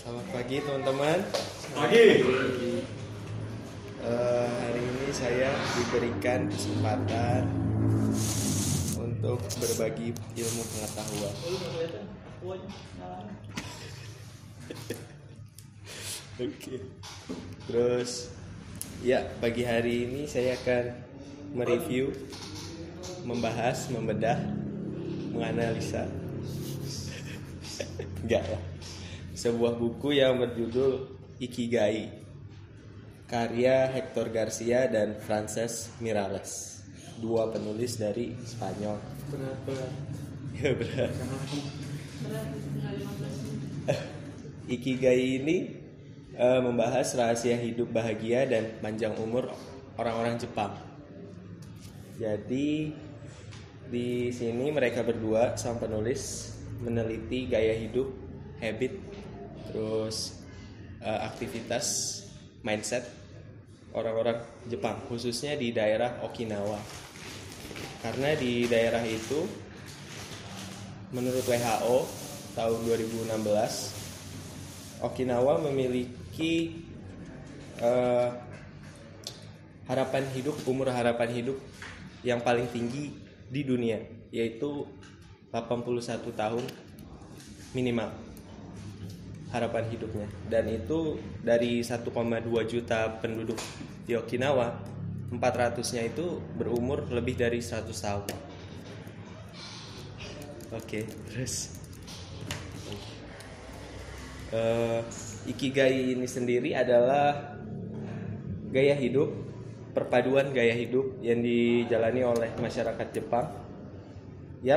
Selamat pagi teman-teman. Pagi. Hari ini saya diberikan kesempatan untuk berbagi ilmu pengetahuan. Oke. Terus, ya pagi hari ini saya akan mereview, membahas, membedah, menganalisa. Enggak lah. Sebuah buku yang berjudul Ikigai, karya Hector Garcia dan Frances Miralles, dua penulis dari Spanyol. Berat. Ya berat. Ikigai ini membahas rahasia hidup bahagia dan panjang umur orang-orang Jepang. Jadi di sini mereka berdua sang penulis meneliti gaya hidup, habit, terus aktivitas, mindset orang-orang Jepang, khususnya di daerah Okinawa. Karena di daerah itu menurut WHO tahun 2016 Okinawa memiliki umur harapan hidup yang paling tinggi di dunia, yaitu 81 tahun minimal harapan hidupnya. Dan itu dari 1,2 juta penduduk di Okinawa, 400-nya itu berumur lebih dari 100 tahun. Oke, terus Ikigai ini sendiri adalah gaya hidup, perpaduan gaya hidup yang dijalani oleh masyarakat Jepang yang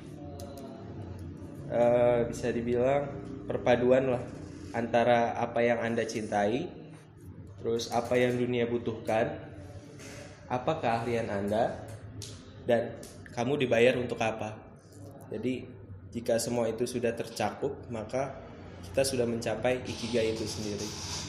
bisa dibilang perpaduan lah antara apa yang Anda cintai, terus apa yang dunia butuhkan, apa keahlian Anda, dan kamu dibayar untuk apa. Jadi jika semua itu sudah tercakup, maka kita sudah mencapai Ikigai itu sendiri.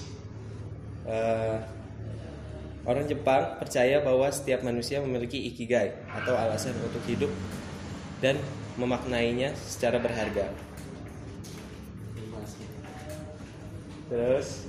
Orang Jepang percaya bahwa setiap manusia memiliki Ikigai atau alasan untuk hidup dan memaknainya secara berharga. Terus,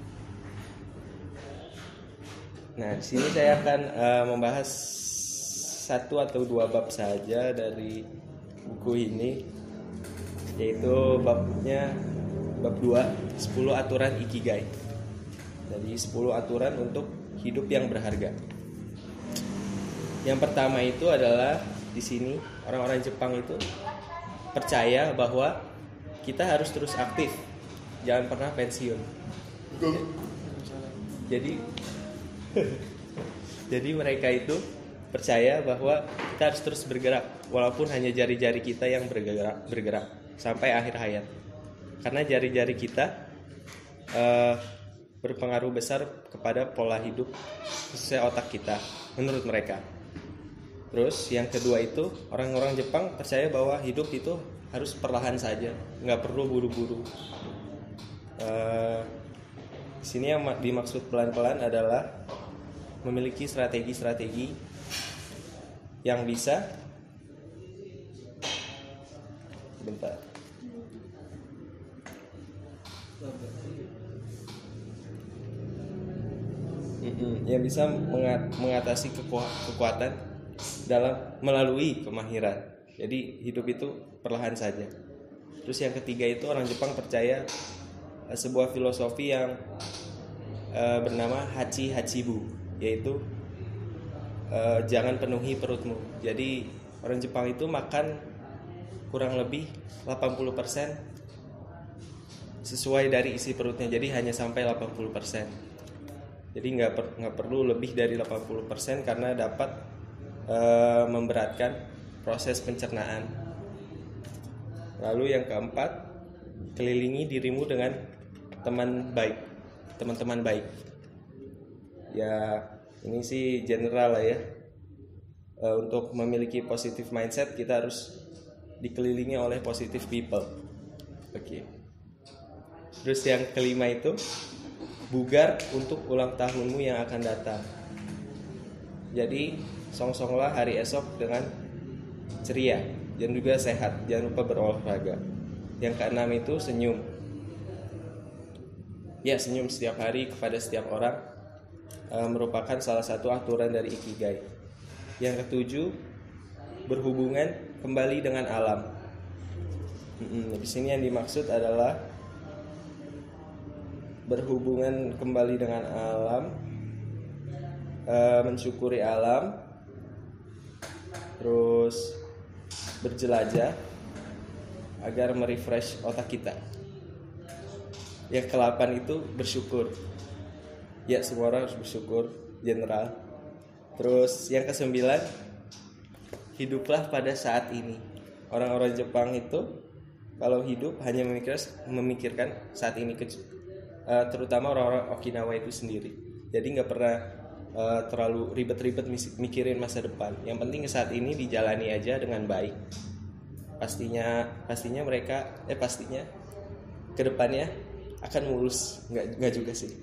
nah di sini saya akan membahas satu atau dua bab saja dari buku ini, yaitu bab 2, 10 aturan Ikigai. Jadi 10 aturan untuk hidup yang berharga. Yang pertama itu adalah di sini orang-orang Jepang itu percaya bahwa kita harus terus aktif, jangan pernah pensiun. Jadi mereka itu percaya bahwa kita harus terus bergerak, walaupun hanya jari-jari kita yang bergerak sampai akhir hayat. Karena jari-jari kita berpengaruh besar kepada pola hidup, khususnya otak kita, menurut mereka. Terus yang kedua itu orang-orang Jepang percaya bahwa hidup itu harus perlahan saja, nggak perlu buru-buru. Di sini yang dimaksud pelan-pelan adalah memiliki strategi-strategi yang bisa yang bisa mengatasi kekuatan dalam melalui kemahiran. Jadi hidup itu perlahan saja. Terus yang ketiga itu orang Jepang percaya sebuah filosofi yang bernama Hachi Hachibu, yaitu jangan penuhi perutmu. Jadi orang Jepang itu makan kurang lebih 80% sesuai dari isi perutnya. Jadi hanya sampai 80%. Jadi nggak perlu lebih dari 80% karena dapat memberatkan proses pencernaan. Lalu yang keempat, kelilingi dirimu dengan teman-teman baik. Ya ini sih general lah ya. Untuk memiliki positive mindset kita harus dikelilingi oleh positive people. Oke. Terus yang kelima itu bugar untuk ulang tahunmu yang akan datang. Jadi song-songlah hari esok dengan ceria dan juga sehat. Jangan lupa berolahraga. Yang keenam itu senyum. Ya, senyum setiap hari kepada setiap orang merupakan salah satu aturan dari Ikigai. Yang ketujuh, berhubungan kembali dengan alam. Di sini yang dimaksud adalah berhubungan kembali dengan alam, mensyukuri alam, terus berjelajah agar merefresh otak kita. Yang ke-8 itu bersyukur. Ya, semua orang harus bersyukur, general. Terus yang ke-9, hiduplah pada saat ini. Orang-orang Jepang itu kalau hidup hanya memikirkan saat ini, terutama orang-orang Okinawa itu sendiri. Jadi nggak pernah terlalu ribet-ribet mikirin masa depan. Yang penting saat ini dijalani aja dengan baik. Pastinya kedepannya akan mulus. Nggak juga sih.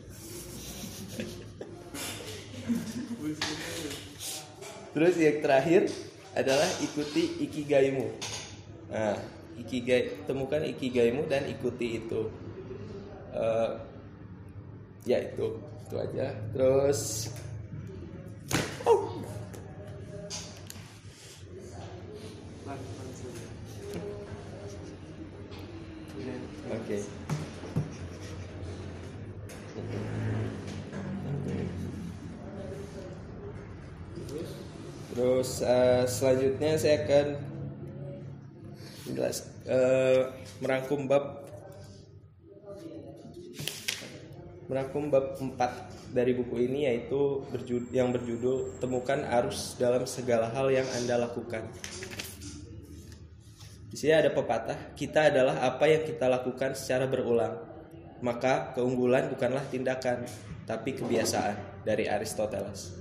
Terus yang terakhir adalah ikuti ikigaimu. Nah, temukan ikigaimu dan ikuti itu. Ya itu aja. Terus Oke. Terus selanjutnya saya akan merangkum bab 4 dari buku ini, yaitu yang berjudul Temukan Arus dalam Segala Hal yang Anda Lakukan. Di sini ada pepatah, kita adalah apa yang kita lakukan secara berulang. Maka keunggulan bukanlah tindakan, tapi kebiasaan, dari Aristoteles.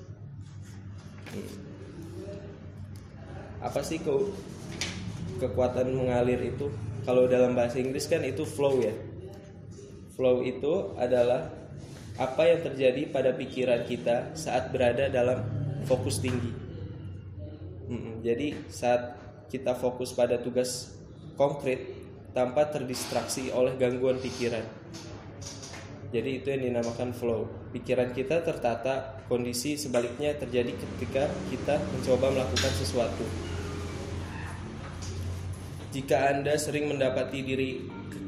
Apa sih kekuatan mengalir itu? Kalau dalam bahasa Inggris kan itu flow ya. Flow itu adalah apa yang terjadi pada pikiran kita saat berada dalam fokus tinggi. Jadi saat kita fokus pada tugas konkret tanpa terdistraksi oleh gangguan pikiran. Jadi itu yang dinamakan flow. Pikiran kita tertata, kondisi sebaliknya terjadi ketika kita mencoba melakukan sesuatu. Jika Anda sering mendapati diri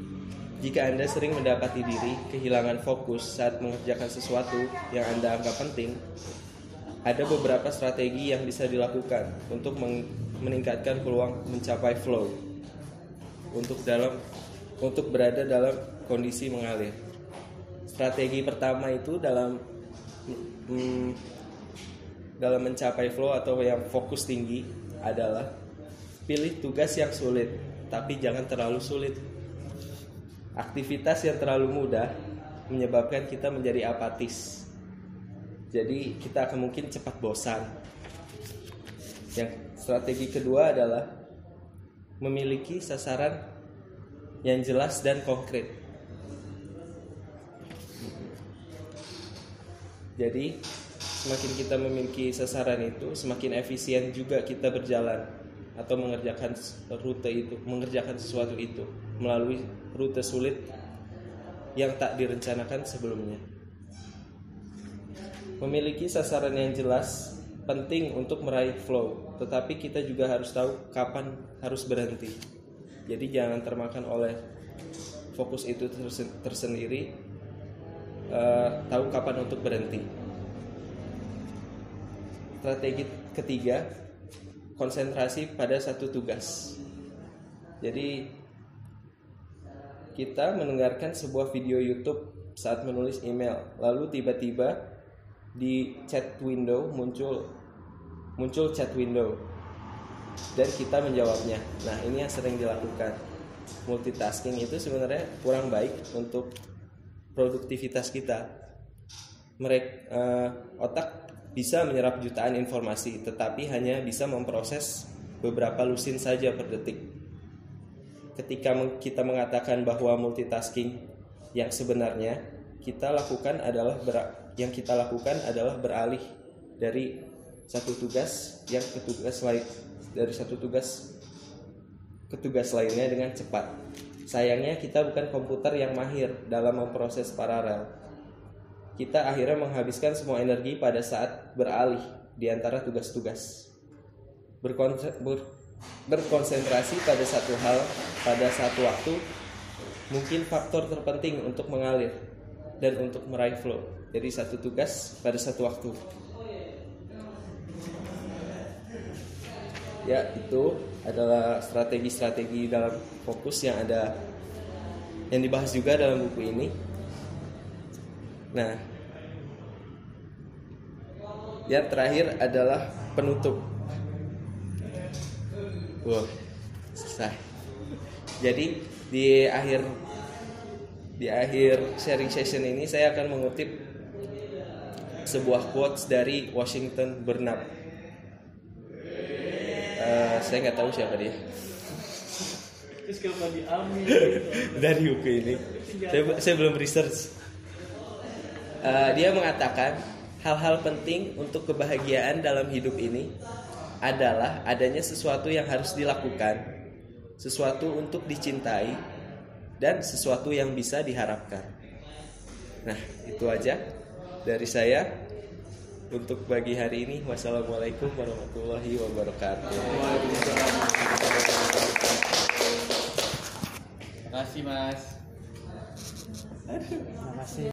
kehilangan fokus saat mengerjakan sesuatu yang Anda anggap penting, ada beberapa strategi yang bisa dilakukan untuk meningkatkan peluang mencapai flow, untuk berada dalam kondisi mengalir. Strategi pertama itu dalam mencapai flow atau yang fokus tinggi adalah pilih tugas yang sulit, tapi jangan terlalu sulit. Aktivitas yang terlalu mudah menyebabkan kita menjadi apatis. Jadi kita akan mungkin cepat bosan. Yang strategi kedua adalah memiliki sasaran yang jelas dan konkret. Jadi semakin kita memiliki sasaran itu, semakin efisien juga kita berjalan atau mengerjakan sesuatu itu melalui rute sulit yang tak direncanakan sebelumnya. Memiliki sasaran yang jelas penting untuk meraih flow, tetapi kita juga harus tahu kapan harus berhenti. Jadi jangan termakan oleh fokus itu tersendiri, tahu kapan untuk berhenti. Strategi ketiga, konsentrasi pada satu tugas. Jadi kita mendengarkan sebuah video YouTube saat menulis email, lalu tiba-tiba di chat window muncul chat window dan kita menjawabnya. Nah, ini yang sering dilakukan. Multitasking itu sebenarnya kurang baik untuk produktivitas kita. Otak bisa menyerap jutaan informasi, tetapi hanya bisa memproses beberapa lusin saja per detik. Ketika kita mengatakan bahwa multitasking yang sebenarnya kita lakukan adalah beralih dari satu tugas ke tugas lainnya dengan cepat. Sayangnya kita bukan komputer yang mahir dalam memproses paralel. Kita akhirnya menghabiskan semua energi pada saat beralih di antara tugas-tugas. Berkonsentrasi pada satu hal pada satu waktu mungkin faktor terpenting untuk mengalir dan untuk meraih flow. Jadi satu tugas pada satu waktu. Ya, itu adalah strategi-strategi dalam fokus yang dibahas juga dalam buku ini. Nah, yang terakhir adalah penutup. Wow, selesai. Jadi di akhir sharing session ini saya akan mengutip sebuah quotes dari Washington Burnap. Saya nggak tahu siapa dia. Terus kenapa diambil? Dari buku ini. Saya belum research. Dia mengatakan hal-hal penting untuk kebahagiaan dalam hidup ini adalah adanya sesuatu yang harus dilakukan, sesuatu untuk dicintai, dan sesuatu yang bisa diharapkan. Nah, itu aja dari saya. Untuk pagi hari ini, wassalamualaikum warahmatullahi wabarakatuh. Terima kasih Mas. Terima kasih.